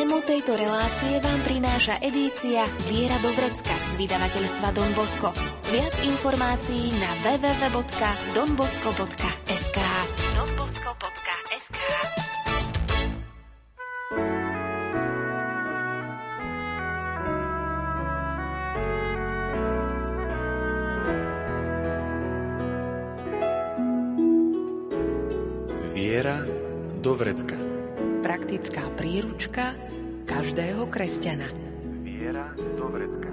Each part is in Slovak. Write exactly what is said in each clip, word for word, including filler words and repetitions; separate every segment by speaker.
Speaker 1: Tému tejto relácie vám prináša edícia Viera do vrecka z vydavateľstva Don Bosco. Viac informácií na w w w bodka don bosco bodka es ká. don bosco bodka es ká.
Speaker 2: Viera do vrecka.
Speaker 3: Praktická príručka každého kresťana.
Speaker 2: Viera do vrecka.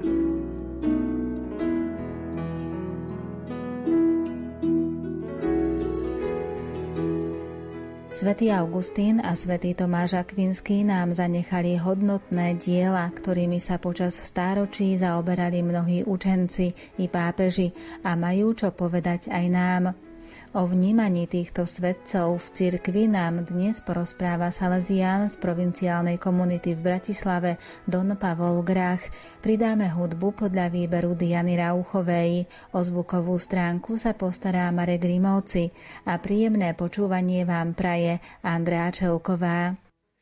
Speaker 4: Svätý Augustín a svätý Tomáš Akvinský nám zanechali hodnotné diela, ktorými sa počas stáročí zaoberali mnohí učenci i pápeži a majú čo povedať aj nám. O vnímaní týchto svetcov v cirkvi nám dnes porozpráva Salesián z provinciálnej komunity v Bratislave Don Pavol Grach. Pridáme hudbu podľa výberu Diany Rauchovej. O zvukovú stránku sa postará Marek Grimovci a príjemné počúvanie vám praje Andrea Čelková.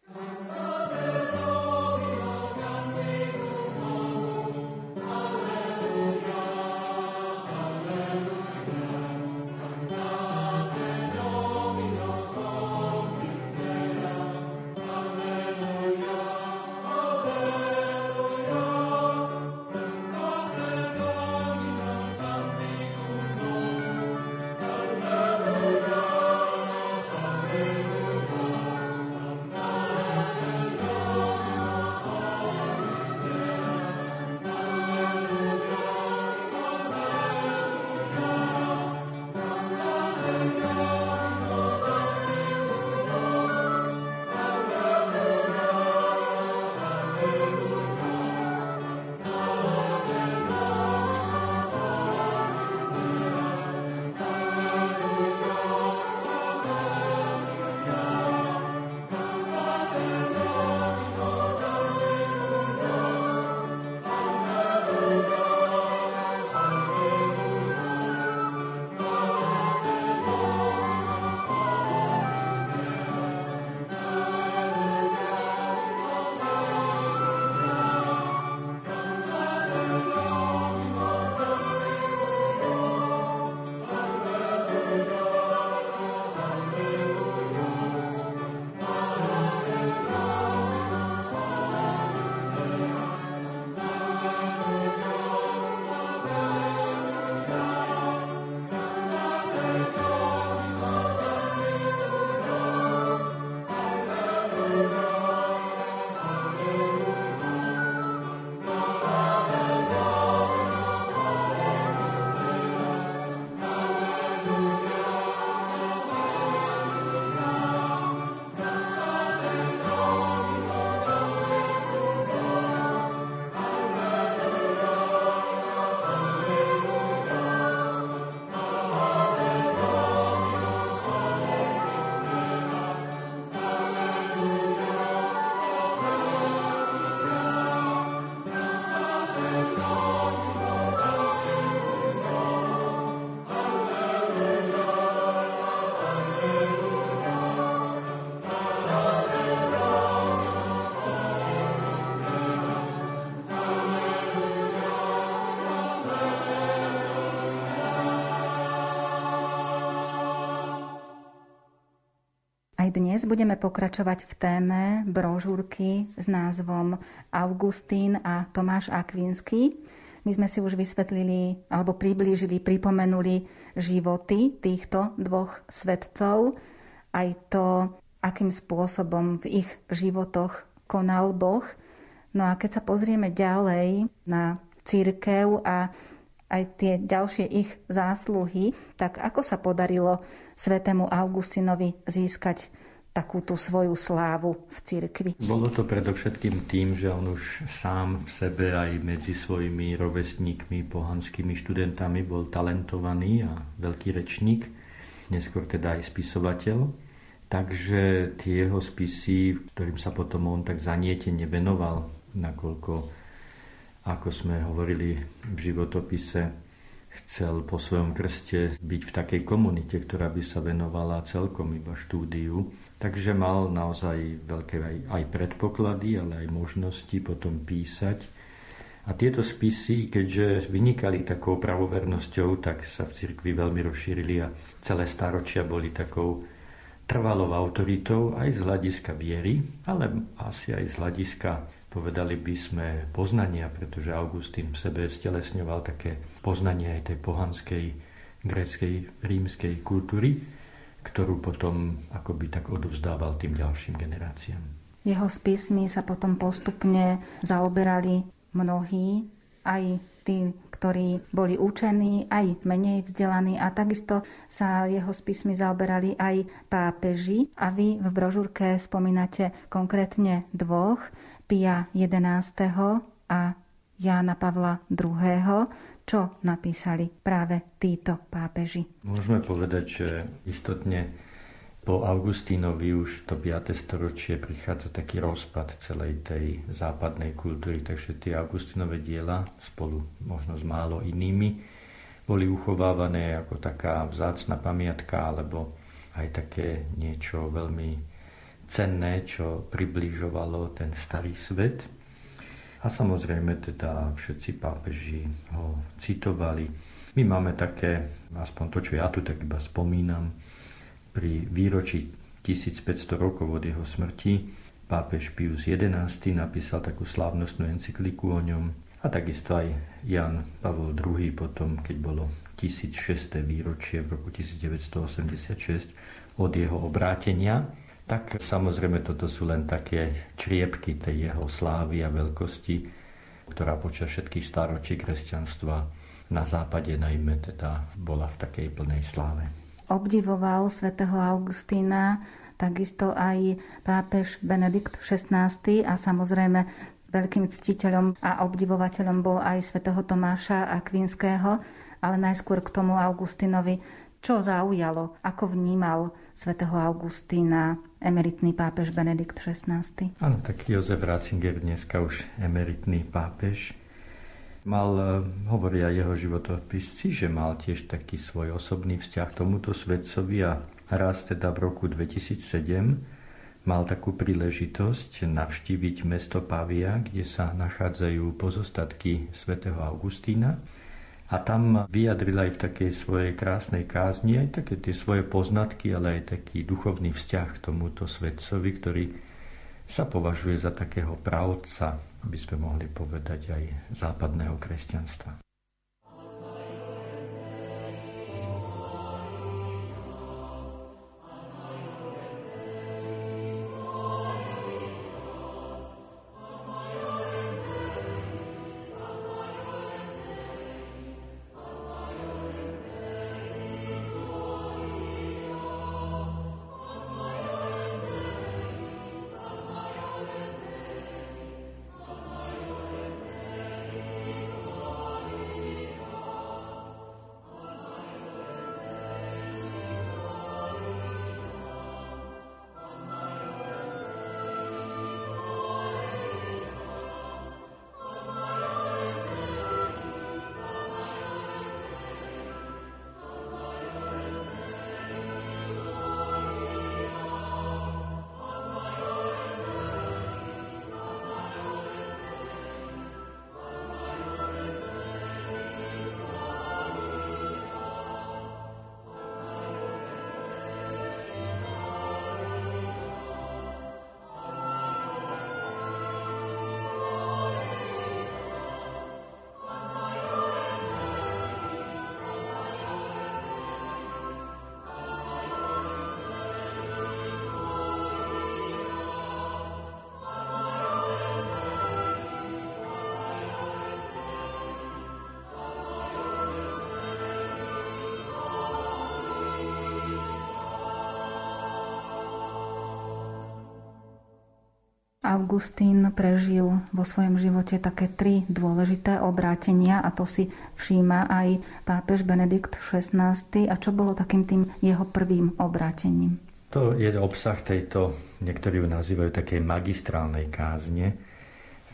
Speaker 4: Aj dnes budeme pokračovať v téme brožúrky s názvom Augustín a Tomáš Akvinský. My sme si už vysvetlili, alebo priblížili, pripomenuli životy týchto dvoch svetcov, aj to, akým spôsobom v ich životoch konal Boh. No a keď sa pozrieme ďalej na cirkev a aj tie ďalšie ich zásluhy, tak ako sa podarilo svätému Augustinovi získať takú tú svoju slávu v cirkvi?
Speaker 5: Bolo to predovšetkým tým, že on už sám v sebe aj medzi svojimi rovesníkmi, pohanskými študentami bol talentovaný a veľký rečník, neskôr teda aj spisovateľ. Takže tie jeho spisy, ktorým sa potom on tak zanietene venoval, nakoľko, ako sme hovorili v životopise, chcel po svojom krste byť v takej komunite, ktorá by sa venovala celkom iba štúdiu. Takže mal naozaj veľké aj, aj predpoklady, ale aj možnosti potom písať. A tieto spisy, keďže vynikali takou pravovernosťou, tak sa v cirkvi veľmi rozšírili a celé stáročia boli takou trvalou autoritou aj z hľadiska viery, ale asi aj z hľadiska, povedali by sme, poznania, pretože Augustín v sebe stelesňoval také poznanie aj tej pohanskej, gréckej, rímskej kultúry, ktorú potom akoby tak odovzdával tým ďalším generáciám.
Speaker 4: Jeho spismi sa potom postupne zaoberali mnohí, aj tí, ktorí boli učení, aj menej vzdelaní, a takisto sa jeho spismi zaoberali aj pápeži. A vy v brožúrke spomínate konkrétne dvoch, Pia jedenásteho a Jána Pavla druhého. Čo napísali práve títo pápeži?
Speaker 5: Môžeme povedať, že istotne po Augustínovi už to piate storočie prichádza taký rozpad celej tej západnej kultúry, takže tie Augustínove diela spolu možno s málo inými boli uchovávané ako taká vzácna pamiatka alebo aj také niečo veľmi cenné, čo približovalo ten starý svet. A samozrejme teda všetci pápeži ho citovali. My máme také, aspoň to, čo ja tu tak iba spomínam, pri výročí tisícpäťsto rokov od jeho smrti pápež Pius jedenásty napísal takú slávnostnú encykliku o ňom, a takisto aj Ján Pavol druhý potom, keď bolo tisícšesté výročie v roku devätnásťstoosemdesiatšesť od jeho obrátenia. Tak samozrejme toto sú len také čriepky tej jeho slávy a veľkosti, ktorá počas všetkých stáročí kresťanstva na západe najmä teda bola v takej plnej sláve.
Speaker 4: Obdivoval svätého Augustína takisto aj pápež Benedikt šestnásty a samozrejme veľkým ctiteľom a obdivovateľom bol aj svätého Tomáša Akvinského, ale najskôr k tomu Augustínovi. Čo zaujalo, ako vnímal svätého Augustína emeritný pápež Benedikt šestnásty?
Speaker 5: Áno, tak Jozef Ratzinger, dneska už emeritný pápež, mal, hovoria jeho životopisci, že mal tiež taký svoj osobný vzťah k tomuto svetcovi a raz teda v roku dvetisícsedem mal takú príležitosť navštíviť mesto Pavia, kde sa nachádzajú pozostatky svätého Augustína. A tam vyjadril aj v takej svojej krásnej kázni aj také tie svoje poznatky, ale aj taký duchovný vzťah k tomuto svetcovi, ktorý sa považuje za takého pravdca, by sme mohli povedať, aj západného kresťanstva.
Speaker 4: Augustín prežil vo svojom živote také tri dôležité obrátenia a to si všíma aj pápež Benedikt šestnásty. A čo bolo takým tým jeho prvým obrátením?
Speaker 5: To je obsah tejto, niektorí ju nazývajú takej magistrálnej kázne. V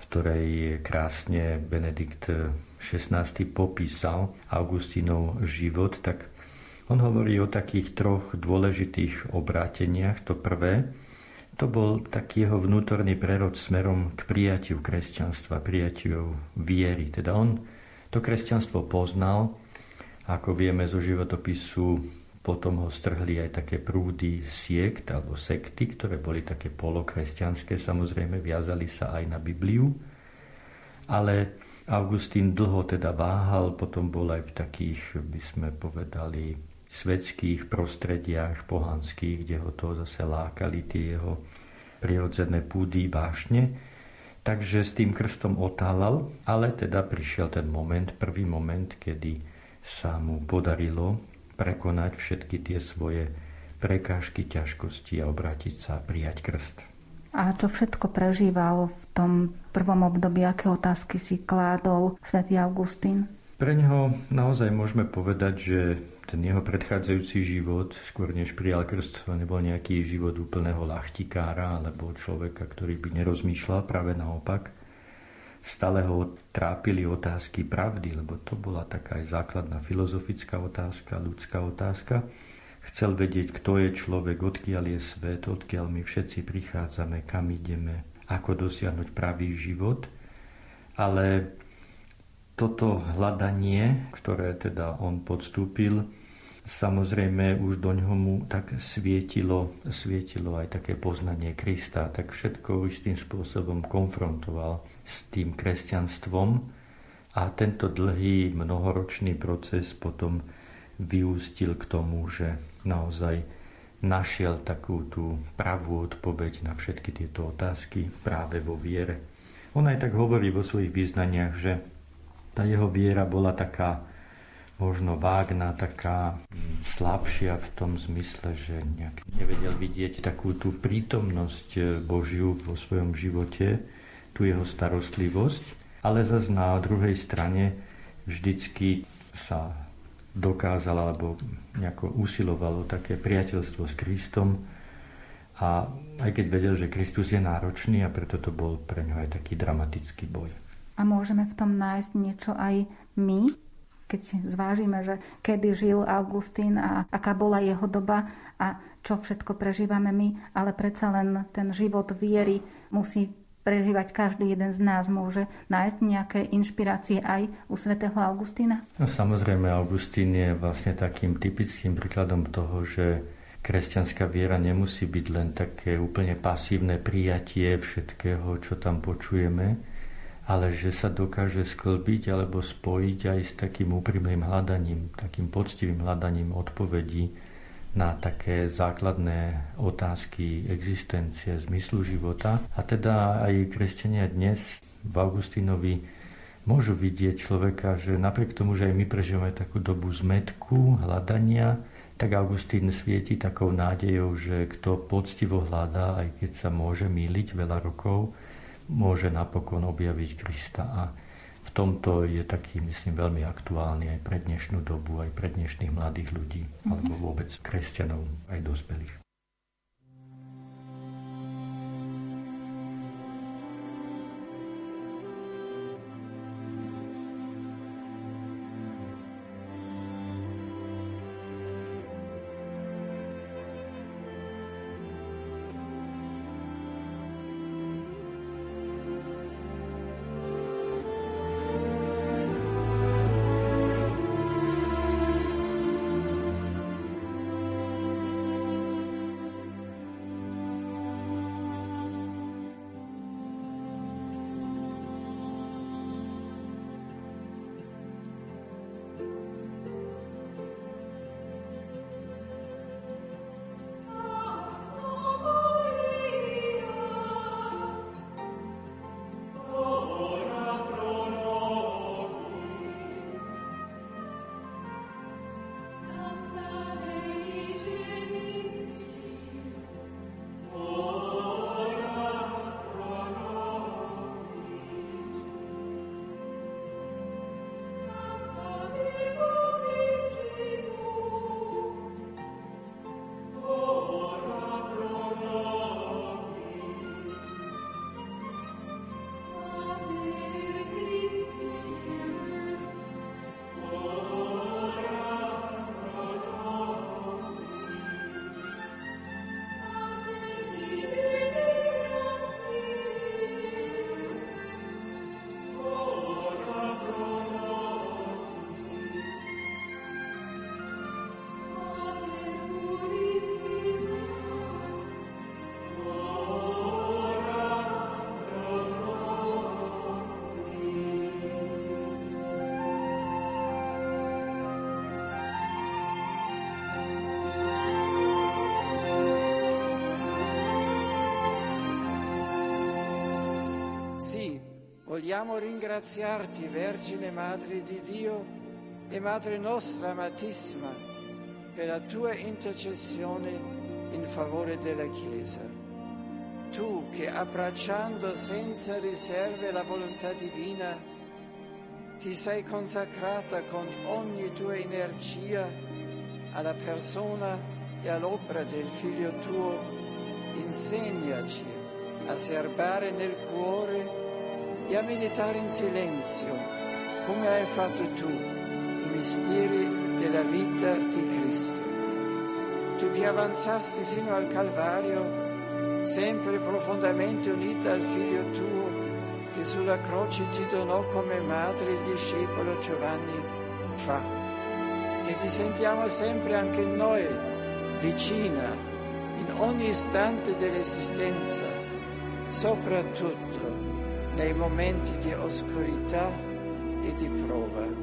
Speaker 5: ktorej krásne Benedikt šestnásty popísal Augustínov život, tak on hovorí o takých troch dôležitých obráteniach. To prvé, to bol taký jeho vnútorný prerod smerom k prijatiu kresťanstva, prijatiu viery. Teda on to kresťanstvo poznal, ako vieme zo životopisu, potom ho strhli aj také prúdy siekt alebo sekty, ktoré boli také polokresťanské, samozrejme viazali sa aj na Bibliu. Ale Augustín dlho teda váhal, potom bol aj v takých, by sme povedali, svetských prostrediach pohanských, kde ho to zase lákali tie jeho prirodzené púdy, vášne. Takže s tým krstom otálal, ale teda prišiel ten moment, prvý moment, kedy sa mu podarilo prekonať všetky tie svoje prekážky, ťažkosti a obrátiť sa a prijať krst.
Speaker 4: A čo všetko prežíval v tom prvom období, aké otázky si kládol svätý Augustín?
Speaker 5: Pre ňoho naozaj môžeme povedať, že ten jeho predchádzajúci život, skôr než prijal krst, to nebol nejaký život úplného ľachtikára alebo človeka, ktorý by nerozmýšľal, práve naopak. Stále ho trápili otázky pravdy, lebo to bola taká aj základná filozofická otázka, ľudská otázka. Chcel vedieť, kto je človek, odkiaľ je svet, odkiaľ my všetci prichádzame, kam ideme, ako dosiahnuť pravý život. Ale toto hľadanie, ktoré teda on podstúpil, samozrejme už do ňoho mu tak svietilo, svietilo aj také poznanie Krista, tak všetko istým spôsobom konfrontoval s tým kresťanstvom a tento dlhý mnohoročný proces potom vyústil k tomu, že naozaj našiel takú tú pravú odpoveď na všetky tieto otázky práve vo viere. On aj tak hovorí vo svojich vyznaniach, že tá jeho viera bola taká možno vágna, taká slabšia v tom zmysle, že nejak nevedel vidieť takú tú prítomnosť Božiu vo svojom živote, tú jeho starostlivosť, ale zase na druhej strane vždycky sa dokázal alebo nejako usilovalo také priateľstvo s Kristom a aj keď vedel, že Kristus je náročný a preto to bol pre ňo aj taký dramatický boj.
Speaker 4: A môžeme v tom nájsť niečo aj my, keď zvážime, že kedy žil Augustín a aká bola jeho doba a čo všetko prežívame my, ale predsa len ten život viery musí prežívať každý jeden z nás. Môže nájsť nejaké inšpirácie aj u svätého Augustína?
Speaker 5: No, samozrejme, Augustín je vlastne takým typickým príkladom toho, že kresťanská viera nemusí byť len také úplne pasívne prijatie všetkého, čo tam počujeme, ale že sa dokáže sklbiť alebo spojiť aj s takým úprimným hľadaním, takým poctivým hľadaním odpovedí na také základné otázky existencie, zmyslu života. A teda aj kresťania dnes v Augustínovi môžu vidieť človeka, že napriek tomu, že aj my prežívame takú dobu zmätku, hľadania, tak Augustín svieti takou nádejou, že kto poctivo hľadá, aj keď sa môže mýliť veľa rokov, môže napokon objaviť Krista. A v tomto je taký, myslím, veľmi aktuálny aj pre dnešnú dobu, aj pre dnešných mladých ľudí, alebo vôbec kresťanov, aj dospelých.
Speaker 6: vogliamo ringraziarti, Vergine Madre di Dio e Madre nostra amatissima, per la tua intercessione in favore della Chiesa. Tu che, abbracciando senza riserve la volontà divina, ti sei consacrata con ogni tua energia alla persona e all'opera del Figlio tuo, insegnaci a serbare nel cuore e a meditare in silenzio, come hai fatto tu, i misteri della vita di Cristo. Tu che avanzasti sino al Calvario, sempre profondamente unita al Figlio tuo, che sulla croce ti donò come madre il discepolo Giovanni, fa che ti sentiamo sempre anche noi vicina in ogni istante dell'esistenza, soprattutto nei momenti di oscurità e di prova.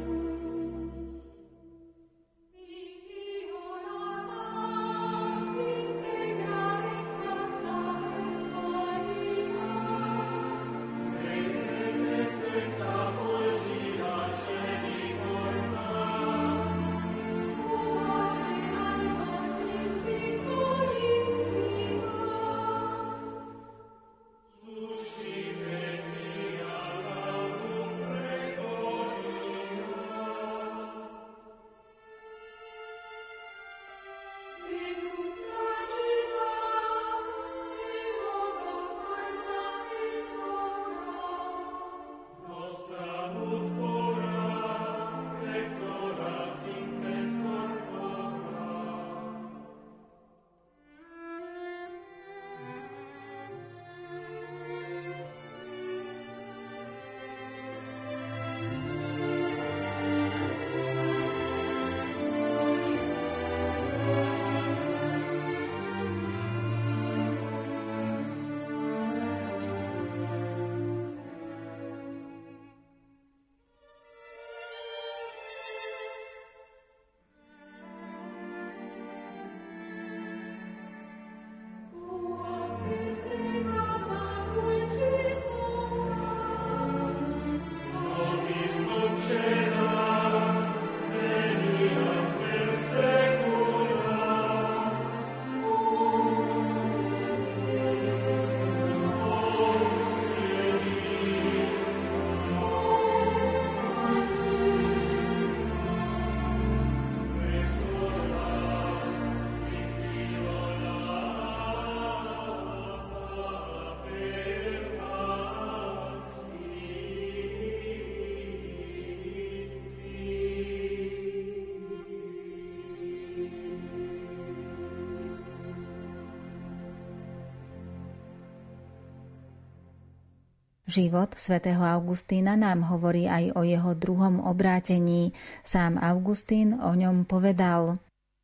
Speaker 4: Život svätého Augustína nám hovorí aj o jeho druhom obrátení. Sám Augustín o ňom povedal: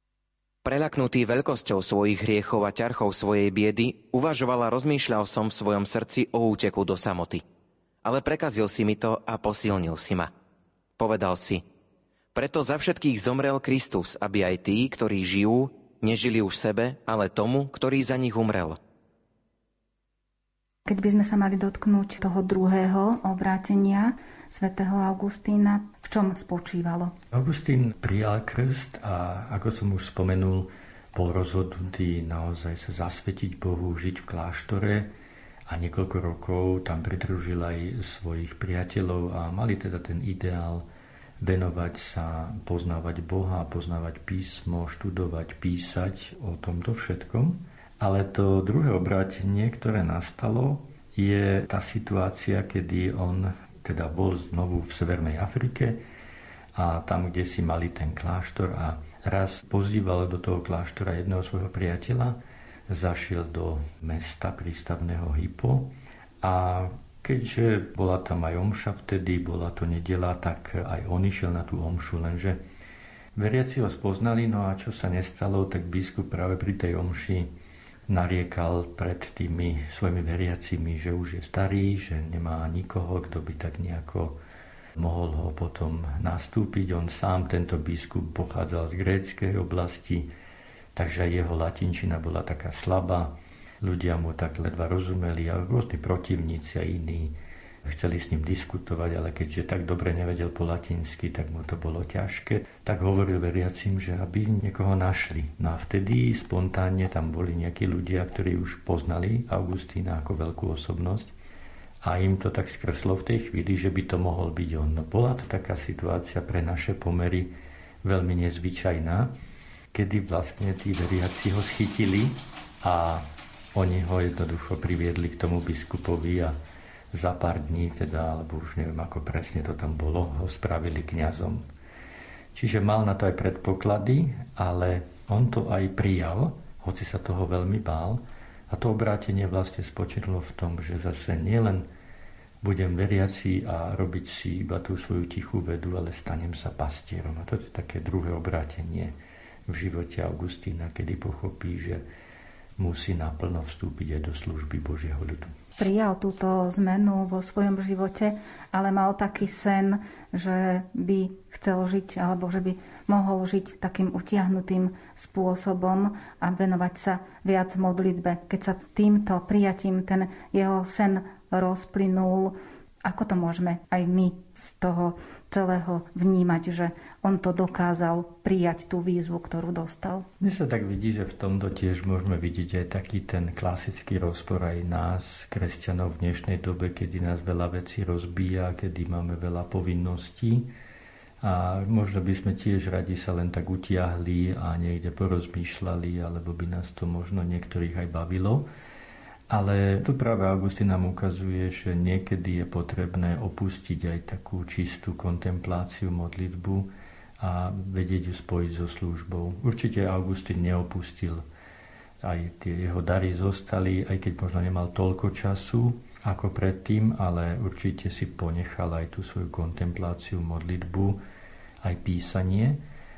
Speaker 7: Preľaknutý veľkosťou svojich hriechov a ťarchou svojej biedy, uvažoval a rozmýšľal som v svojom srdci o úteku do samoty. Ale prekazil si mi to a posilnil si ma. Povedal si: preto za všetkých zomrel Kristus, aby aj tí, ktorí žijú, nežili už sebe, ale tomu, ktorý za nich umrel.
Speaker 4: Keď by sme sa mali dotknúť toho druhého obrátenia svätého Augustína, v čom spočívalo?
Speaker 5: Augustín prijal krst a, ako som už spomenul, bol rozhodnutý naozaj sa zasvetiť Bohu, žiť v kláštore a niekoľko rokov tam pridružil aj svojich priateľov a mali teda ten ideál venovať sa, poznávať Boha, poznávať písmo, študovať, písať o tomto všetkom. Ale to druhé obrátenie, ktoré nastalo, je tá situácia, kedy on teda bol znovu v Severnej Afrike a tam, kde si mali ten kláštor a raz pozýval do toho kláštora jedného svojho priateľa, zašiel do mesta prístavného Hippo a keďže bola tam aj omša vtedy, bola to nedeľa, tak aj on išiel na tú omšu, lenže veriaci ho spoznali, no a čo sa nestalo, tak biskup práve pri tej omši nariekal pred tými svojimi veriacimi, že už je starý, že nemá nikoho, kto by tak nejako mohol ho potom nastúpiť. On sám, tento biskup, pochádzal z gréckej oblasti, takže jeho latinčina bola taká slabá. Ľudia mu tak ledva rozumeli a rôzni protivníci a iní Chceli s ním diskutovať, ale keďže tak dobre nevedel po latinsky, tak mu to bolo ťažké. Tak hovoril veriacim, že aby niekoho našli. No a vtedy spontánne tam boli nejakí ľudia, ktorí už poznali Augustína ako veľkú osobnosť. A im to tak skreslo v tej chvíli, že by to mohol byť on. No bola to taká situácia pre naše pomery veľmi nezvyčajná, kedy vlastne tí veriaci ho schytili a oni ho jednoducho priviedli k tomu biskupovi a za pár dní, teda, alebo už neviem ako presne to tam bolo, ho spravili kňazom. Čiže mal na to aj predpoklady, ale on to aj prijal, hoci sa toho veľmi bál. A to obrátenie vlastne spočívalo v tom, že zase nielen budem veriaci a robiť si iba tú svoju tichú vedu, ale stanem sa pastierom. A to je také druhé obrátenie v živote Augustína, kedy pochopí, že musí naplno vstúpiť aj do služby Božieho ľudu.
Speaker 4: Prijal túto zmenu vo svojom živote, ale mal taký sen, že by chcel žiť, alebo že by mohol žiť takým utiahnutým spôsobom a venovať sa viac modlitbe. Keď sa týmto prijatím ten jeho sen rozplynul, ako to môžeme aj my z toho celého vnímať, že on to dokázal prijať tú výzvu, ktorú dostal.
Speaker 5: Mne sa tak vidí, že v tomto tiež môžeme vidieť aj taký ten klasický rozpor aj nás, kresťanov v dnešnej dobe, kedy nás veľa vecí rozbíja, kedy máme veľa povinností a možno by sme tiež radi sa len tak utiahli a niekde porozmýšľali, alebo by nás to možno niektorých aj bavilo. Ale tu práve Augustín nám ukazuje, že niekedy je potrebné opustiť aj takú čistú kontempláciu, modlitbu a vedieť ju spojiť so službou. Určite Augustín neopustil. Aj tie jeho dary zostali, aj keď možno nemal toľko času ako predtým, ale určite si ponechal aj tú svoju kontempláciu, modlitbu, aj písanie.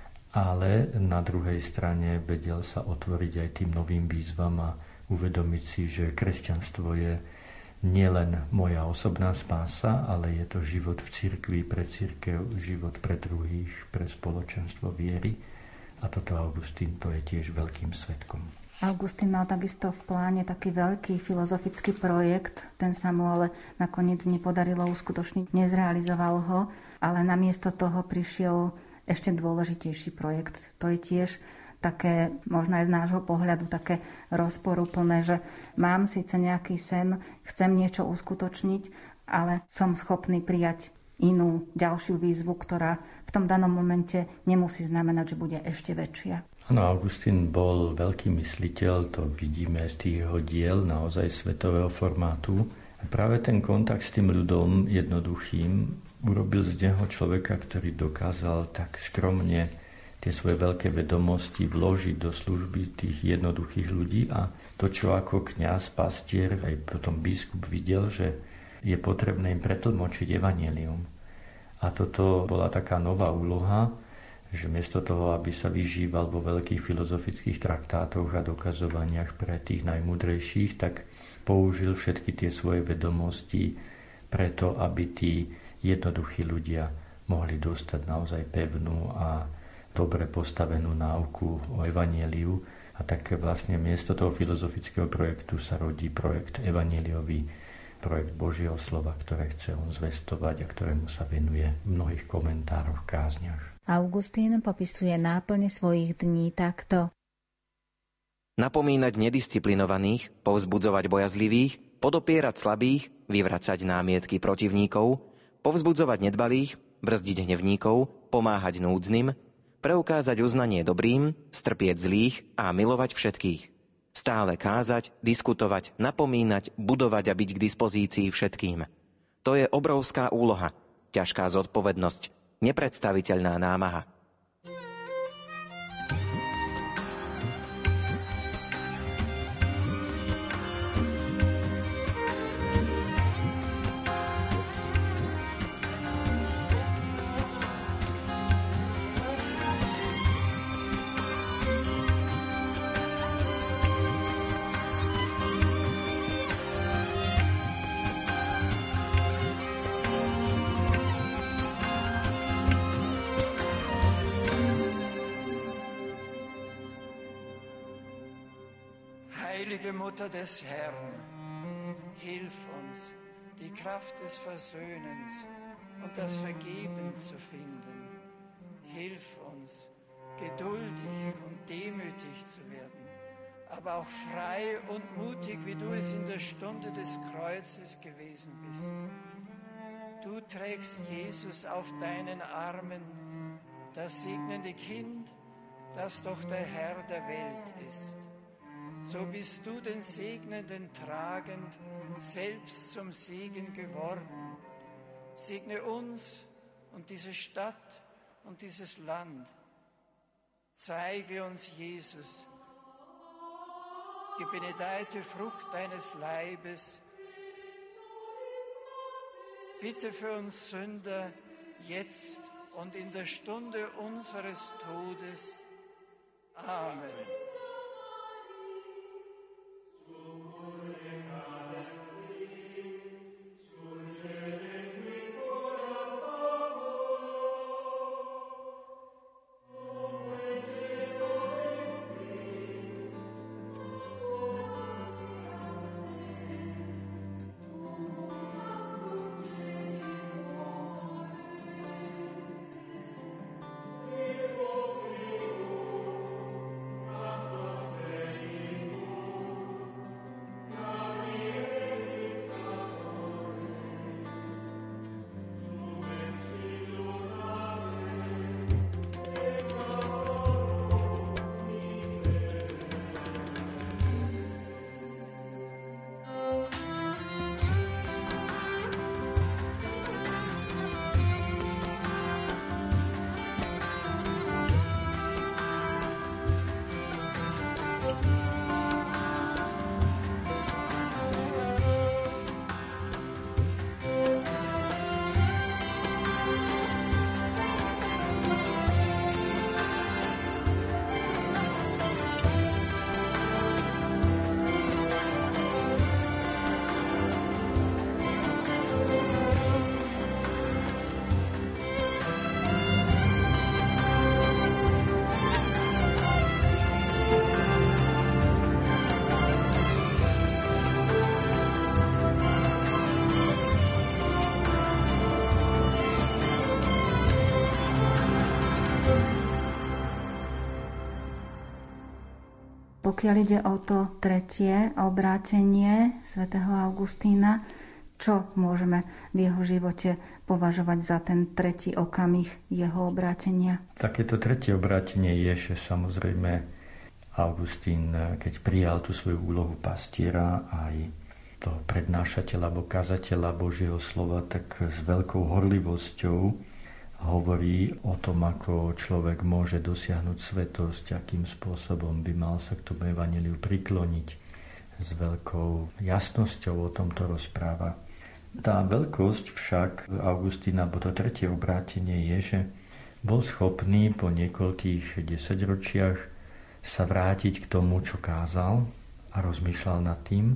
Speaker 5: Ale na druhej strane vedel sa otvoriť aj tým novým výzvam a uvedomiť si, že kresťanstvo je nielen moja osobná spása, ale je to život v cirkvi, pre cirkev, život pre druhých, pre spoločenstvo viery. A toto Augustín to je tiež veľkým svedkom.
Speaker 4: Augustín mal takisto v pláne taký veľký filozofický projekt, ten sa mu ale nakoniec nepodarilo uskutočniť, nezrealizoval ho, ale namiesto toho prišiel ešte dôležitejší projekt. To je tiež také, možno aj z nášho pohľadu, také rozporuplné, že mám síce nejaký sen, chcem niečo uskutočniť, ale som schopný prijať inú, ďalšiu výzvu, ktorá v tom danom momente nemusí znamenať, že bude ešte väčšia.
Speaker 5: Áno, Augustín bol veľký mysliteľ, to vidíme z tých jeho diel, naozaj svetového formátu. A práve ten kontakt s tým ľudom jednoduchým urobil z neho človeka, ktorý dokázal tak skromne tie svoje veľké vedomosti vložiť do služby tých jednoduchých ľudí a to, čo ako kňaz, pastier, aj potom biskup videl, že je potrebné im pretlmočiť evanjelium. A toto bola taká nová úloha, že miesto toho, aby sa vyžíval vo veľkých filozofických traktátoch a dokazovaniach pre tých najmúdrejších, tak použil všetky tie svoje vedomosti preto, aby tí jednoduchí ľudia mohli dostať naozaj pevnú a dobre postavenú náuku o evanjeliu a tak vlastne miesto toho filozofického projektu sa rodí projekt evanjeliový, projekt Božieho slova, ktoré chce on zvestovať a ktorému sa venuje v mnohých komentároch, kázniach.
Speaker 1: Augustín popisuje náplň svojich dní takto.
Speaker 7: Napomínať nedisciplinovaných, povzbudzovať bojazlivých, podopierať slabých, vyvracať námietky protivníkov, povzbudzovať nedbalých, brzdiť hnevníkov, pomáhať núdznym, preukázať uznanie dobrým, strpieť zlých a milovať všetkých. Stále kázať, diskutovať, napomínať, budovať a byť k dispozícii všetkým. To je obrovská úloha, ťažká zodpovednosť, nepredstaviteľná námaha.
Speaker 6: Heilige Mutter des Herrn, hilf uns, die Kraft des Versöhnens und das Vergeben zu finden. Hilf uns, geduldig und demütig zu werden, aber auch frei und mutig, wie du es in der Stunde des Kreuzes gewesen bist. Du trägst Jesus auf deinen Armen, das segnende Kind, das doch der Herr der Welt ist. So bist du den Segnenden tragend, selbst zum Segen geworden. Segne uns und diese Stadt und dieses Land. Zeige uns Jesus, die benedeite Frucht deines Leibes. Bitte für uns Sünder, jetzt und in der Stunde unseres Todes. Amen.
Speaker 4: Pokiaľ ide o to tretie obrátenie svätého Augustína, čo môžeme v jeho živote považovať za ten tretí okamih jeho obrátenia?
Speaker 5: Takéto tretie obrátenie je, že samozrejme Augustín, keď prijal tú svoju úlohu pastiera aj toho prednášateľa alebo kazateľa Božieho slova, tak s veľkou horlivosťou hovorí o tom, ako človek môže dosiahnuť svetosť, akým spôsobom by mal sa k tomu evanjeliu prikloniť. S veľkou jasnosťou o tomto rozpráva. Tá veľkosť však Augustína, bo to tretie obrátenie je, že bol schopný po niekoľkých desaťročiach sa vrátiť k tomu, čo kázal a rozmýšľal nad tým.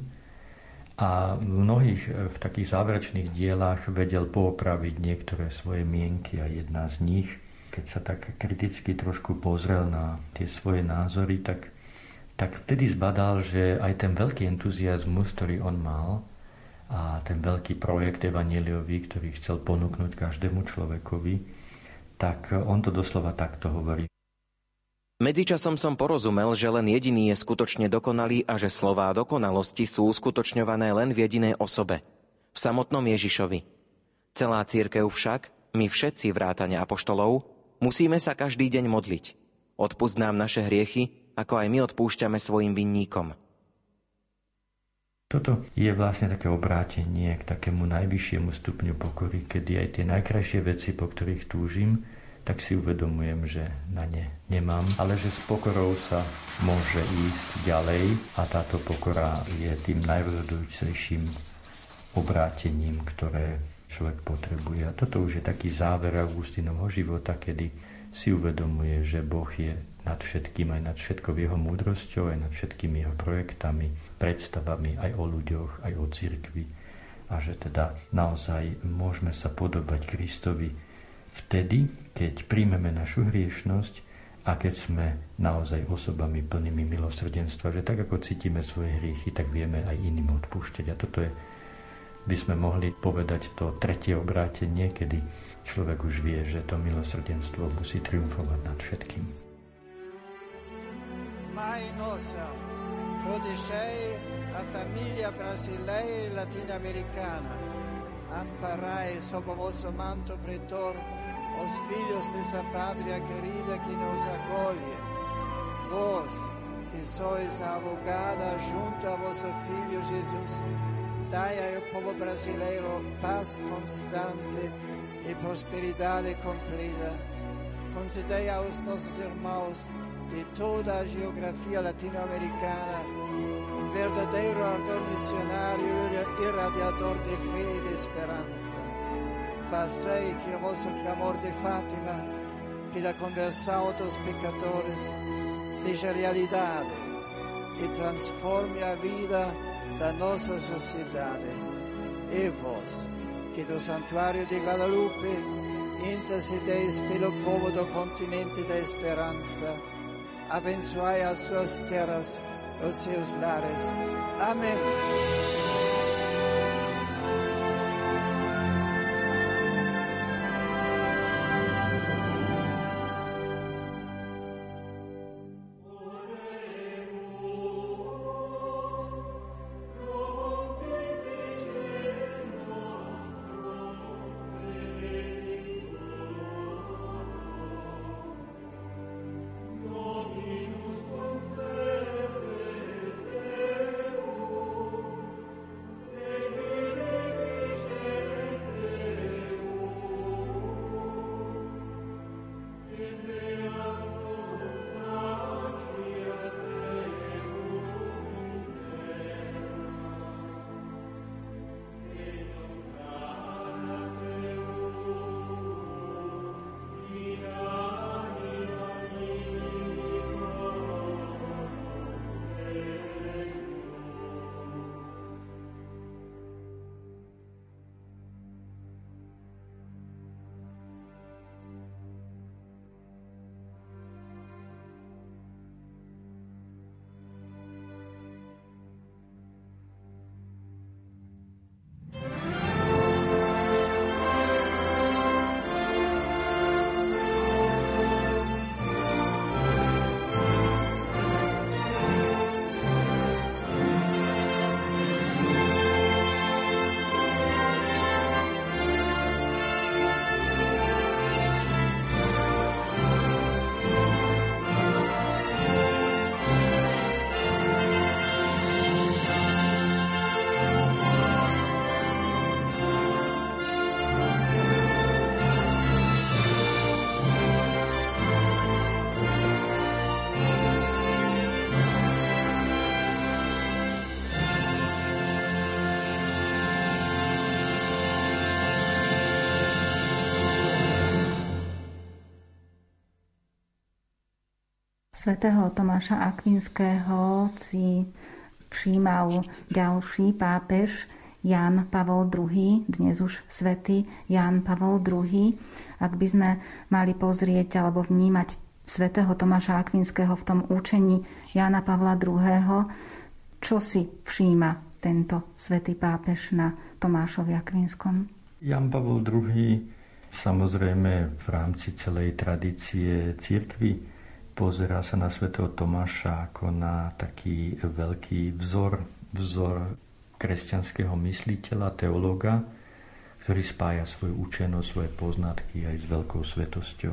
Speaker 5: A v mnohých v takých záverečných dielách vedel poopraviť niektoré svoje mienky a jedna z nich, keď sa tak kriticky trošku pozrel na tie svoje názory, tak, tak vtedy zbadal, že aj ten veľký entuziazmus, ktorý on mal a ten veľký projekt evanjeliový, ktorý chcel ponúknuť každému človekovi, tak on to doslova takto hovorí.
Speaker 7: Medzičasom som porozumel, že len jediný je skutočne dokonalý a že slová dokonalosti sú uskutočňované len v jedinej osobe, v samotnom Ježišovi. Celá cirkev však, my všetci vrátane apoštolov, musíme sa každý deň modliť. Odpusť nám naše hriechy, ako aj my odpúšťame svojim vinníkom.
Speaker 5: Toto je vlastne také obrátenie k takému najvyššiemu stupňu pokory, kedy aj tie najkrajšie veci, po ktorých túžim, tak si uvedomujem, že na ne nemám, ale že s pokorou sa môže ísť ďalej a táto pokora je tým najrozhodujúcejším obrátením, ktoré človek potrebuje. A toto už je taký záver Augustínovho života, kedy si uvedomuje, že Boh je nad všetkým, aj nad všetkou jeho múdrosťou, aj nad všetkými jeho projektami, predstavami aj o ľuďoch, aj o cirkvi. A že teda naozaj môžeme sa podobať Kristovi vtedy, keď príjmeme našu hriešnosť a keď sme naozaj osobami plnými milosrdenstva, že tak ako cítime svoje hriechy, tak vieme aj iným odpúšťať. A toto je by sme mohli povedať to tretie obrátenie, kedy človek už vie, že to milosrdenstvo musí triumfovať nad všetkým.
Speaker 6: Mai nossa, protegei a famiglia brasileira e latino-americana, amparai sob o vosso manto pretor os filhos dessa pátria querida que nos acolhe. Vós, que sois a abogada junto a vosso Filho Jesus, dai ao povo brasileiro paz constante e prosperidade completa. Concedei aos nossos irmãos de toda a geografia latino-americana um verdadeiro ardor missionário e irradiador de fé e de esperança. Fazei que o vosso clamor de Fátima pela conversão dos pecadores seja realidade e transforme a vida da nossa sociedade. E vós, que do Santuário de Guadalupe intercedeis pelo povo do continente da esperança, abençoai as suas terras, os seus lares. Amém.
Speaker 4: Svätého Tomáša Akvinského si všímal ďalší pápež Ján Pavol druhý, dnes už svätý Ján Pavol druhý. Ak by sme mali pozrieť alebo vnímať svätého Tomáša Akvinského v tom učení Jána Pavla druhého, čo si všíma tento svätý pápež na Tomášovi Akvinskom?
Speaker 5: Ján Pavol druhý samozrejme v rámci celej tradície cirkvi pozerá sa na svätého Tomáša ako na taký veľký vzor, vzor kresťanského mysliteľa, teológa, ktorý spája svoju učenosť, svoje poznatky aj s veľkou svetosťou.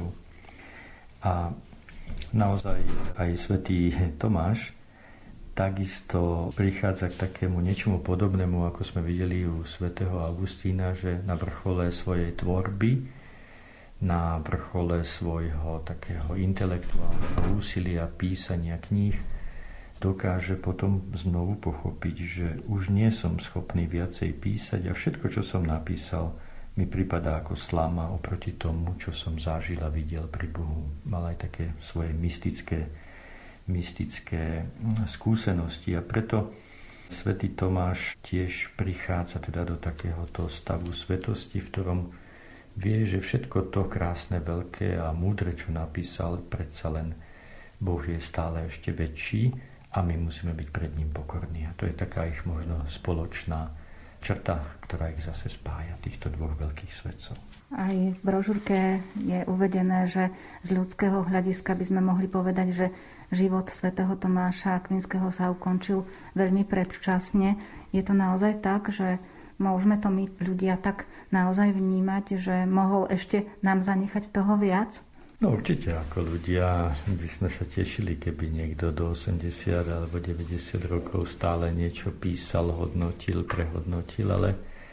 Speaker 5: A naozaj aj svätý Tomáš takisto prichádza k takému niečomu podobnému, ako sme videli u svätého Augustína, že na vrchole svojej tvorby, na vrchole svojho takého intelektuálneho úsilia, písania kníh, dokáže potom znovu pochopiť, že už nie som schopný viacej písať a všetko, čo som napísal, mi pripadá ako slama oproti tomu, čo som zažil a videl pri Bohu. Mal aj také svoje mystické, mystické skúsenosti a preto svätý Tomáš tiež prichádza teda do takéhoto stavu svetosti, v ktorom vie, že všetko to krásne, veľké a múdre, čo napísal, predsa len Boh je stále ešte väčší a my musíme byť pred ním pokorní. A to je taká ich možno spoločná črta, ktorá ich zase spája, týchto dvoch veľkých svetcov.
Speaker 4: Aj v brožúrke je uvedené, že z ľudského hľadiska by sme mohli povedať, že život svätého Tomáša Akvinského sa ukončil veľmi predčasne. Je to naozaj tak, že môžeme to my ľudia tak naozaj vnímať, že mohol ešte nám zanechať toho viac?
Speaker 5: No určite, ako ľudia by sme sa tešili, keby niekto do osemdesiat alebo deväťdesiat rokov stále niečo písal, hodnotil, prehodnotil, ale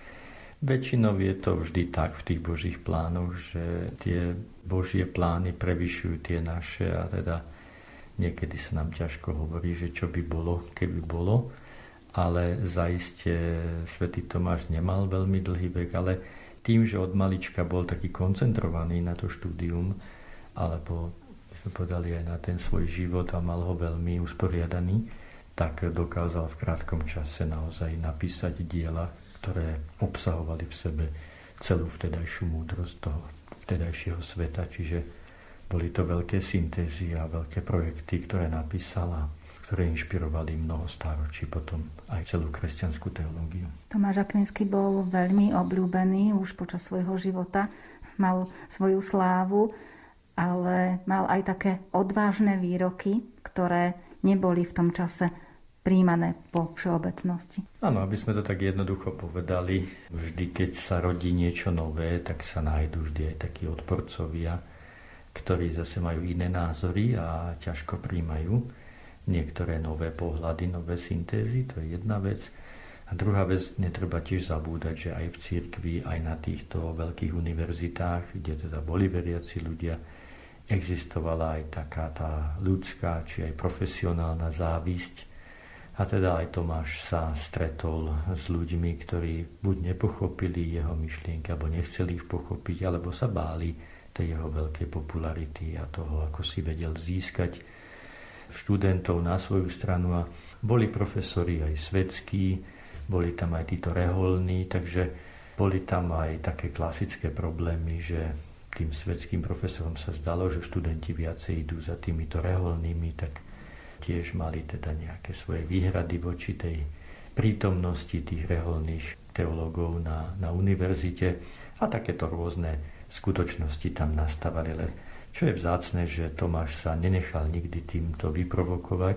Speaker 5: väčšinou je to vždy tak v tých Božích plánoch, že tie Božie plány prevyšujú tie naše a teda niekedy sa nám ťažko hovorí, že čo by bolo, keby bolo, ale zaiste svätý Tomáš nemal veľmi dlhý vek, ale tým, že od malička bol taký koncentrovaný na to štúdium, alebo sme povedali aj na ten svoj život a mal ho veľmi usporiadaný, tak dokázal v krátkom čase naozaj napísať diela, ktoré obsahovali v sebe celú vtedajšiu múdrosť toho vtedajšieho sveta, čiže boli to veľké syntézy a veľké projekty, ktoré napísal a ktoré inšpirovali mnoho stáročí potom aj celú kresťanskú teológiu.
Speaker 4: Tomáš Akvinský bol veľmi obľúbený už počas svojho života, mal svoju slávu, ale mal aj také odvážne výroky, ktoré neboli v tom čase príjmané po všeobecnosti.
Speaker 5: Áno, aby sme to tak jednoducho povedali, vždy, keď sa rodí niečo nové, tak sa nájdú vždy aj takí odporcovia, ktorí zase majú iné názory a ťažko príjmajú niektoré nové pohľady, nové syntézy, to je jedna vec. A druhá vec, netreba tiež zabúdať, že aj v cirkvi, aj na týchto veľkých univerzitách, kde teda boli veriaci ľudia, existovala aj taká tá ľudská, či aj profesionálna závisť. A teda aj Tomáš sa stretol s ľuďmi, ktorí buď nepochopili jeho myšlienky, alebo nechceli ich pochopiť, alebo sa báli tej jeho veľkej popularity a toho, ako si vedel získať študentov na svoju stranu. A boli profesori aj svetskí, boli tam aj títo reholní, takže boli tam aj také klasické problémy, že tým svetským profesorom sa zdalo, že študenti viacej idú za týmito reholnými, tak tiež mali teda nejaké svoje výhrady voči tej prítomnosti tých reholných teológov na, na univerzite a takéto rôzne skutočnosti tam nastávali. Ale čo je vzácne, že Tomáš sa nenechal nikdy týmto vyprovokovať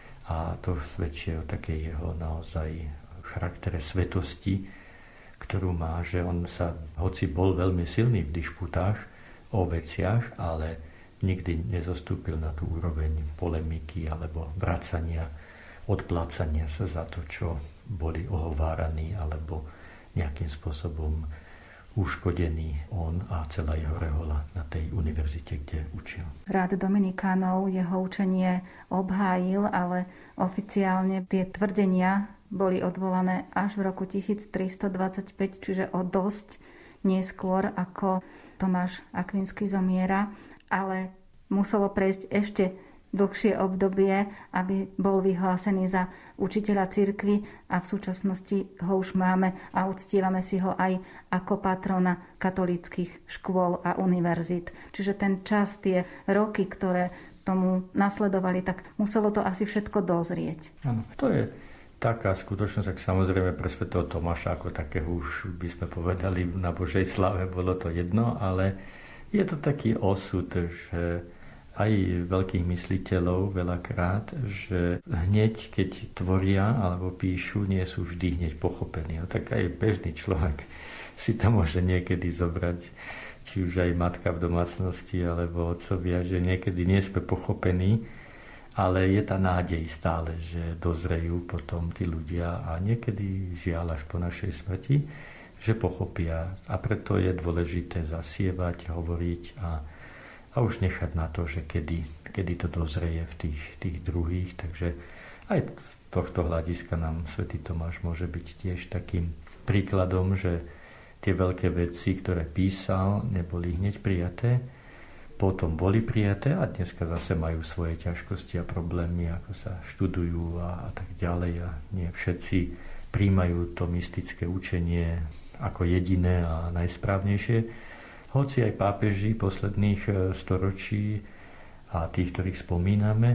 Speaker 5: a to svedčí o takej jeho naozaj charaktere svetosti, ktorú má, že on sa, hoci bol veľmi silný v dišputách o veciach, ale nikdy nezostúpil na tú úroveň polemiky alebo vracania, odplácania sa za to, čo boli ohováraní alebo nejakým spôsobom uškodený on a celá jeho rehoľa na tej univerzite, kde učil.
Speaker 4: Rád Dominikánov jeho učenie obhájil, ale oficiálne tie tvrdenia boli odvolané až v roku tisíctristodvadsaťpäť, čiže o dosť neskôr, ako Tomáš Akvinský zomiera, ale muselo prejsť ešte dlhšie obdobie, aby bol vyhlásený za učiteľa cirkvi a v súčasnosti ho už máme a uctievame si ho aj ako patrona katolíckych škôl a univerzít. Čiže ten čas, tie roky, ktoré tomu nasledovali, tak muselo to asi všetko dozrieť.
Speaker 5: Áno, to je taká skutočnosť, tak samozrejme pre svätého Tomáša ako takého už by sme povedali na Božej slave bolo to jedno, ale je to taký osud, že aj veľkých mysliteľov veľakrát, že hneď, keď tvoria alebo píšu, nie sú vždy hneď pochopení. No, tak aj bežný človek si to môže niekedy zobrať, či už aj matka v domácnosti alebo otcovia, že niekedy nie sme pochopení, ale je tá nádej stále, že dozrejú potom tí ľudia a niekedy žiaľ až po našej smrti, že pochopia. A preto je dôležité zasievať, hovoriť a a už nechať na to, že kedy, kedy to dozrie v tých, tých druhých. Takže aj z tohto hľadiska nám svätý Tomáš môže byť tiež takým príkladom, že tie veľké veci, ktoré písal, neboli hneď prijaté, potom boli prijaté a dneska zase majú svoje ťažkosti a problémy, ako sa študujú a, a tak ďalej. A nie všetci príjmajú to mystické učenie ako jediné a najsprávnejšie. Hoci aj pápeži posledných storočí a tých, ktorých spomíname,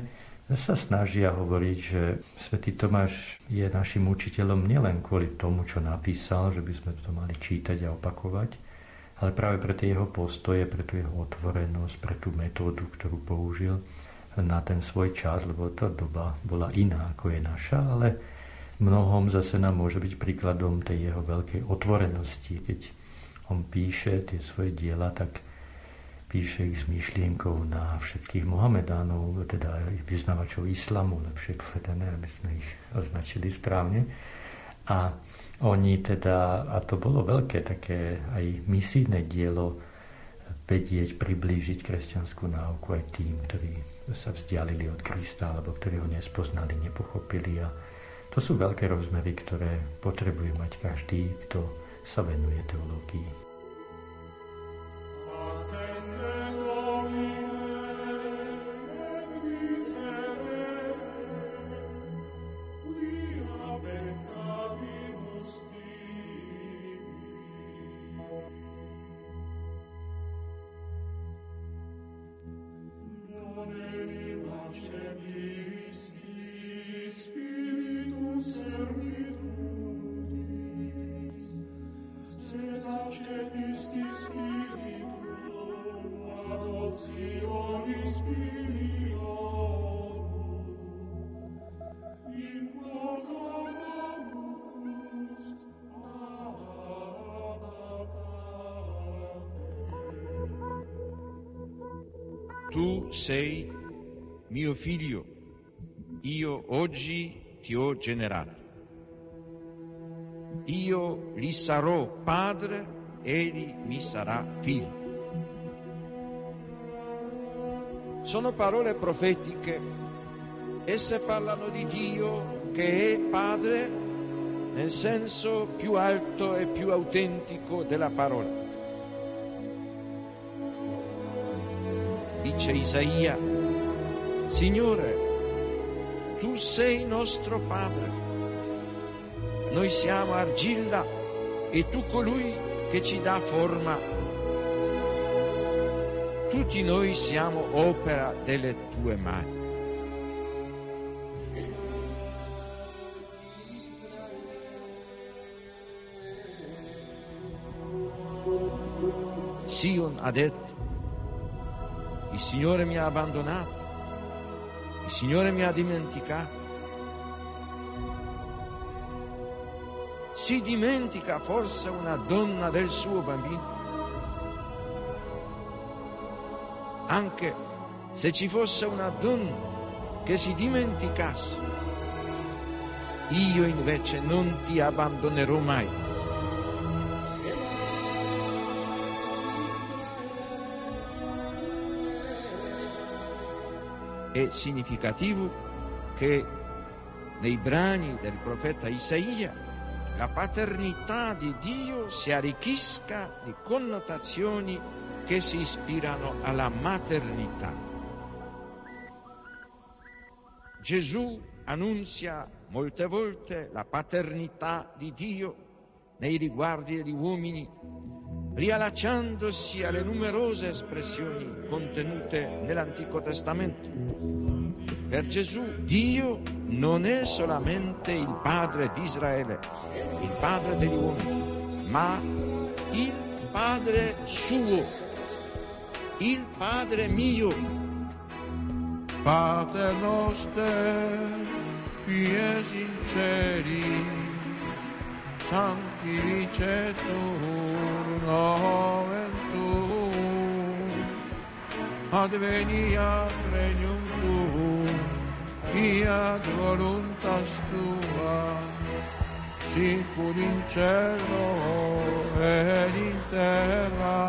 Speaker 5: sa snažia hovoriť, že svätý Tomáš je našim učiteľom nielen kvôli tomu, čo napísal, že by sme to mali čítať a opakovať, ale práve pre tie jeho postoje, pre tú jeho otvorenosť, pre tú metódu, ktorú použil na ten svoj čas, lebo tá doba bola iná, ako je naša, ale mnohom zase nám môže byť príkladom tej jeho veľkej otvorenosti. Keď on píše tie svoje diela, tak píše ich s myšlienkou na všetkých Mohamedánov, teda aj vyznavačov islamu, lepšie povedané, aby sme ich označili správne. A oni teda, a to bolo veľké také aj misijné dielo, vedieť, priblížiť kresťanskú náuku aj tým, ktorí sa vzdialili od Krista, alebo ktorí ho nespoznali, nepochopili. A to sú veľké rozmery, ktoré potrebuje mať každý, kto sa venuje teológii.
Speaker 8: Tu sei mio figlio, io oggi ti ho generato. Io gli sarò padre, egli mi sarà figlio. Sono parole profetiche, esse parlano di Dio che è padre nel senso più alto e più autentico della parola. Dice Isaia, Signore, tu sei nostro Padre, noi siamo argilla e tu colui che ci dà forma. Tutti noi siamo opera delle tue mani. Sion ha detto, il Signore mi ha abbandonato, il Signore mi ha dimenticato. Si dimentica forse una donna del suo bambino? Anche se ci fosse una donna che si dimenticasse, io invece non ti abbandonerò mai. È significativo che nei brani del profeta Isaia la paternità di Dio si arricchisca di connotazioni che si ispirano alla maternità. Gesù annunzia molte volte la paternità di Dio nei riguardi degli uomini, riallacciandosi alle numerose espressioni contenute nell'Antico Testamento. Per Gesù Dio non è solamente il Padre di Israele, il Padre degli uomini, ma il Padre suo, il Padre mio.
Speaker 9: Pater noster, qui es in celi, sanctificetur nomen tuum, adveniat regnum tuum, fiat voluntas tua, sicur in cielo ed in terra.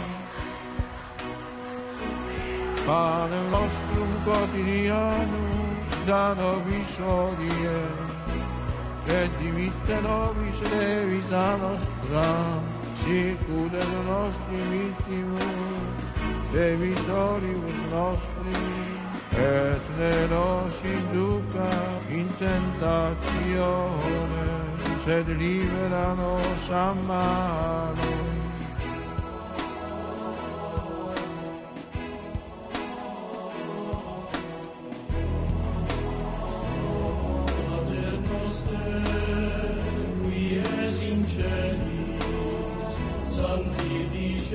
Speaker 9: Panem nostrum quotidianum da nobis hodie, et dimitte nobis debita nostra, sicur et nostri vittimus, debitoribus nostri, et ne nos induca in tentatione, sed libera nos a malo.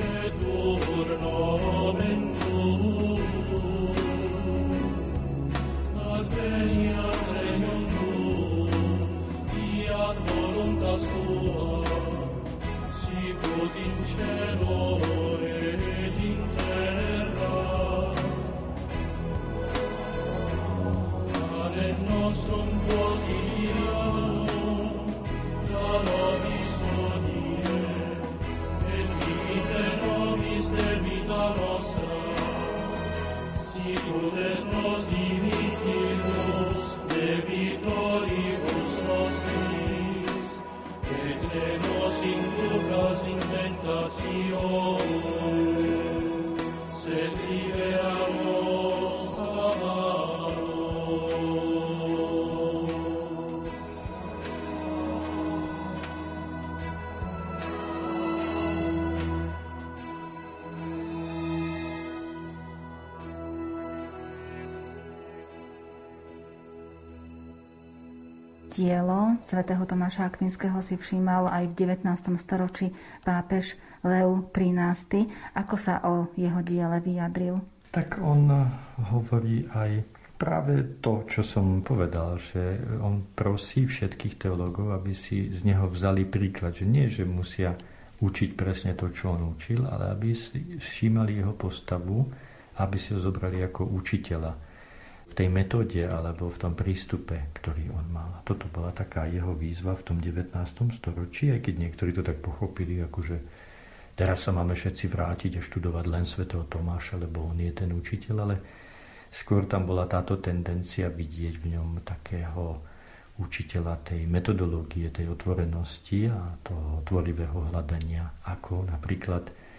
Speaker 4: Dielo svätého Tomáša Akvinského si všímal aj v devätnástom storočí pápež Lev trinásty. Ako sa o jeho diele vyjadril?
Speaker 5: Tak on hovorí aj práve to, čo som povedal, že on prosí všetkých teológov, aby si z neho vzali príklad, že nie, že musia učiť presne to, čo on učil, ale aby si všímali jeho postavu, aby si ho zobrali ako učiteľa v tej metóde alebo v tom prístupe, ktorý on mal. A toto bola taká jeho výzva v tom devätnástom storočí, aj keď niektorí to tak pochopili, akože teraz sa máme všetci vrátiť a študovať len svätého Tomáša, lebo on je ten učiteľ, ale skôr tam bola táto tendencia vidieť v ňom takého učiteľa tej metodológie, tej otvorenosti a toho tvorivého hľadania, ako napríklad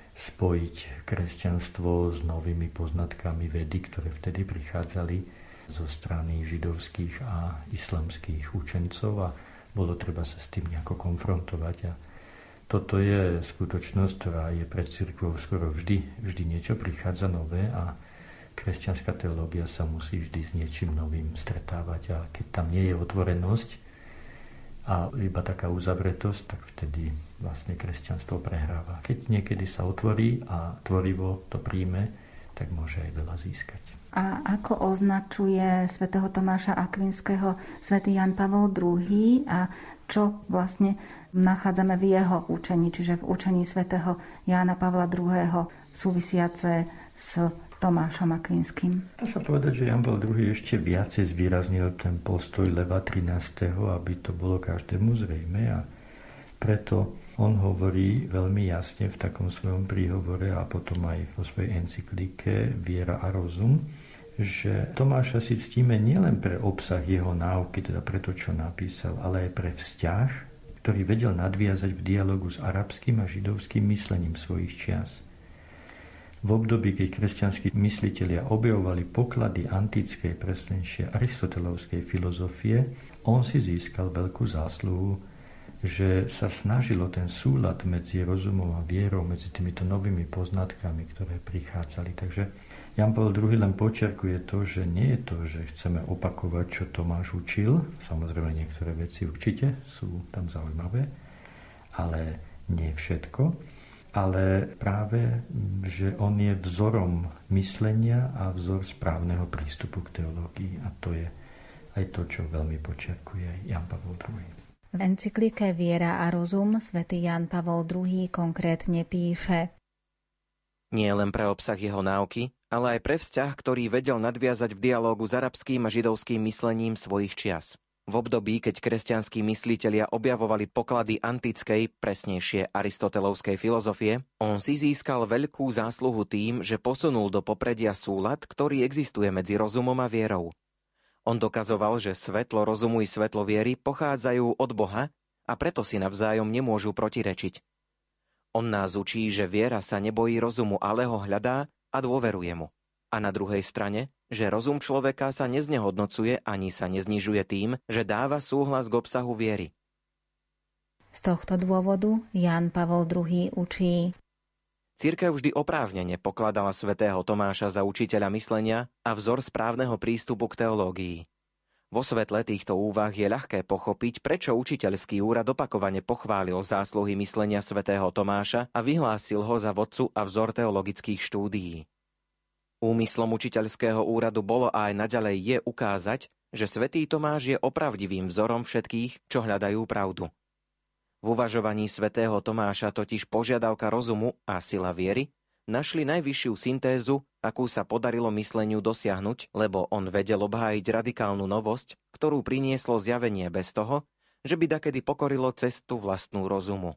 Speaker 5: spojiť kresťanstvo s novými poznatkami vedy, ktoré vtedy prichádzali zo strany židovských a islamských učencov a bolo treba sa s tým nejako konfrontovať. A toto je skutočnosť, ktorá je pred cirkvou skoro vždy, vždy niečo prichádza nové a kresťanská teológia sa musí vždy s niečím novým stretávať a keď tam nie je otvorenosť a iba taká uzavretosť, tak vtedy vlastne kresťanstvo prehráva. Keď niekedy sa otvorí a tvorivo to príjme, tak môže aj veľa získať.
Speaker 4: A ako označuje svätého Tomáša Akvinského svätý Ján Pavol druhý. a čo vlastne nachádzame v jeho učení, čiže v učení svätého Jána Pavla druhého. súvisiace s Tomášom Akvinským?
Speaker 5: Dá sa povedať, že Ján Pavol druhý. ešte viacej zvýraznil ten postoj Leva trinásteho. aby to bolo každému zrejme a preto on hovorí veľmi jasne v takom svojom príhovore a potom aj vo svojej encyklike Viera a rozum, že Tomáša si ctíme nielen pre obsah jeho náuky, teda pre to, čo napísal, ale aj pre vzťah, ktorý vedel nadviazať v dialogu s arabským a židovským myslením svojich čias. V období, keď kresťanskí myslitelia objavovali poklady antickej, presnejšie aristotelovskej filozofie, on si získal veľkú zásluhu, že sa snažilo ten súlad medzi rozumom a vierou, medzi týmito novými poznatkami, ktoré prichádzali. Takže Ján Pavol druhý. len podčiarkuje to, že nie je to, že chceme opakovať, čo Tomáš učil. Samozrejme, niektoré veci určite sú tam zaujímavé, ale nie všetko. Ale práve, že on je vzorom myslenia a vzor správneho prístupu k teológii. A to je aj to, čo veľmi podčiarkuje Ján Pavol druhý.
Speaker 4: V encyklike Viera a rozum svätý Ján Pavol druhý. konkrétne píše:
Speaker 7: Nie len pre obsah jeho náuky, ale aj pre vzťah, ktorý vedel nadviazať v dialógu s arabským a židovským myslením svojich čias. V období, keď kresťanskí myslitelia objavovali poklady antickej, presnejšie aristotelovskej filozofie, on si získal veľkú zásluhu tým, že posunul do popredia súlad, ktorý existuje medzi rozumom a vierou. On dokazoval, že svetlo rozumu i svetlo viery pochádzajú od Boha a preto si navzájom nemôžu protirečiť. On nás učí, že viera sa nebojí rozumu, ale ho hľadá a dôveruje mu. A na druhej strane, že rozum človeka sa neznehodnocuje ani sa neznižuje tým, že dáva súhlas k obsahu viery.
Speaker 4: Z tohto dôvodu Ján Pavol druhý. učí:
Speaker 7: Cirkev vždy oprávnene pokladala svätého Tomáša za učiteľa myslenia a vzor správneho prístupu k teológii. Vo svetle týchto úvah je ľahké pochopiť, prečo učiteľský úrad opakovane pochválil zásluhy myslenia svätého Tomáša a vyhlásil ho za vodcu a vzor teologických štúdií. Úmyslom učiteľského úradu bolo a aj naďalej je ukázať, že svätý Tomáš je opravdivým vzorom všetkých, čo hľadajú pravdu. V uvažovaní svätého Tomáša totiž požiadavka rozumu a sila viery našli najvyššiu syntézu, akú sa podarilo mysleniu dosiahnuť, lebo on vedel obhájiť radikálnu novosť, ktorú prinieslo zjavenie bez toho, že by dakedy pokorilo cestu vlastnú rozumu.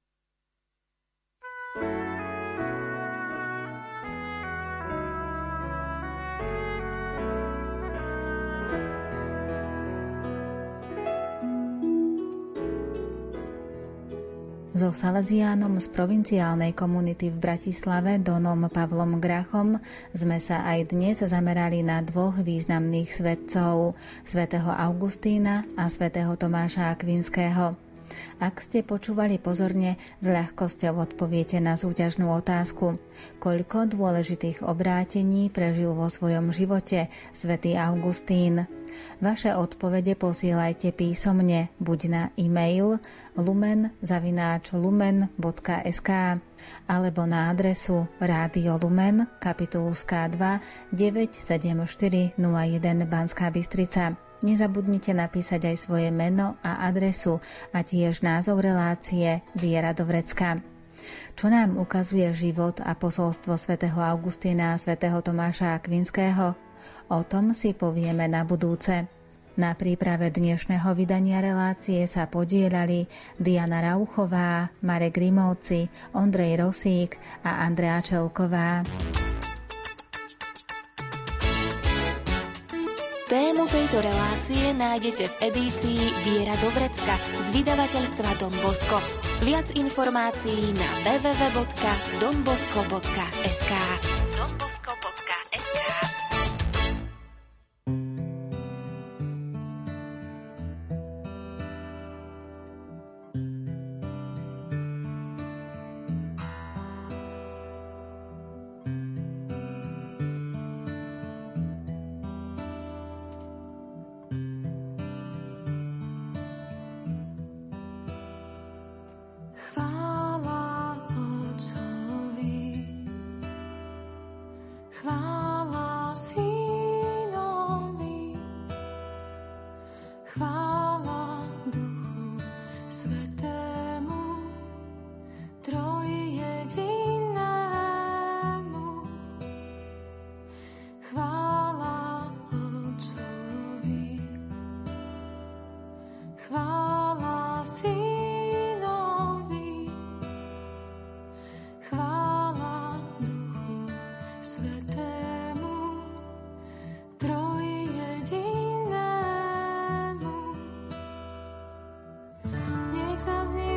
Speaker 4: So Salesiánom z provinciálnej komunity v Bratislave, Donom Pavlom Grachom, sme sa aj dnes zamerali na dvoch významných svätcov, svätého Augustína a svätého Tomáša Akvinského. Ak ste počúvali pozorne, s ľahkosťou odpoviete na súťažnú otázku. Koľko dôležitých obrátení prežil vo svojom živote svätý Augustín? Vaše odpovede posielajte písomne buď na e-mail lumen zavináč lumen bodka es ká alebo na adresu Rádio Lumen, Kapitulská dva, deväť sedem štyri nula jeden Banská Bystrica. Nezabudnite napísať aj svoje meno a adresu a tiež názov relácie Viera do vrecka. Čo nám ukazuje život a posolstvo svätého Augustína a svätého Tomáša Akvinského? O tom si povieme na budúce. Na príprave dnešného vydania relácie sa podieľali Diana Rauchová, Marek Grimovci, Ondrej Rosík a Andrea Čelková.
Speaker 1: Tému tejto relácie nájdete v edícii Viera do vrecka z vydavateľstva Don Bosco. Viac informácií na w w w bodka don bosco bodka es ká. don bosco bodka es ká.
Speaker 10: Zaznie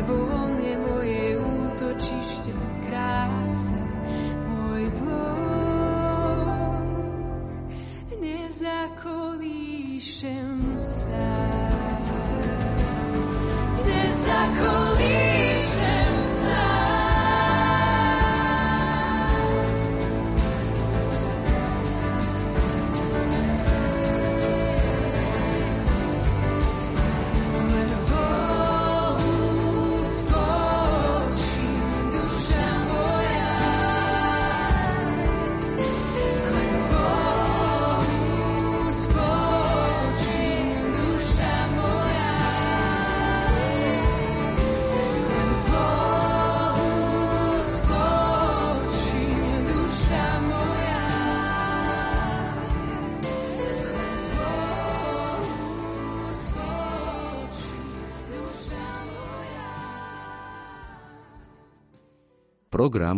Speaker 10: lebo on je moje útočište, krása, môj Boh. Nezakolíšem sa, nezakolíšem sa.
Speaker 11: Program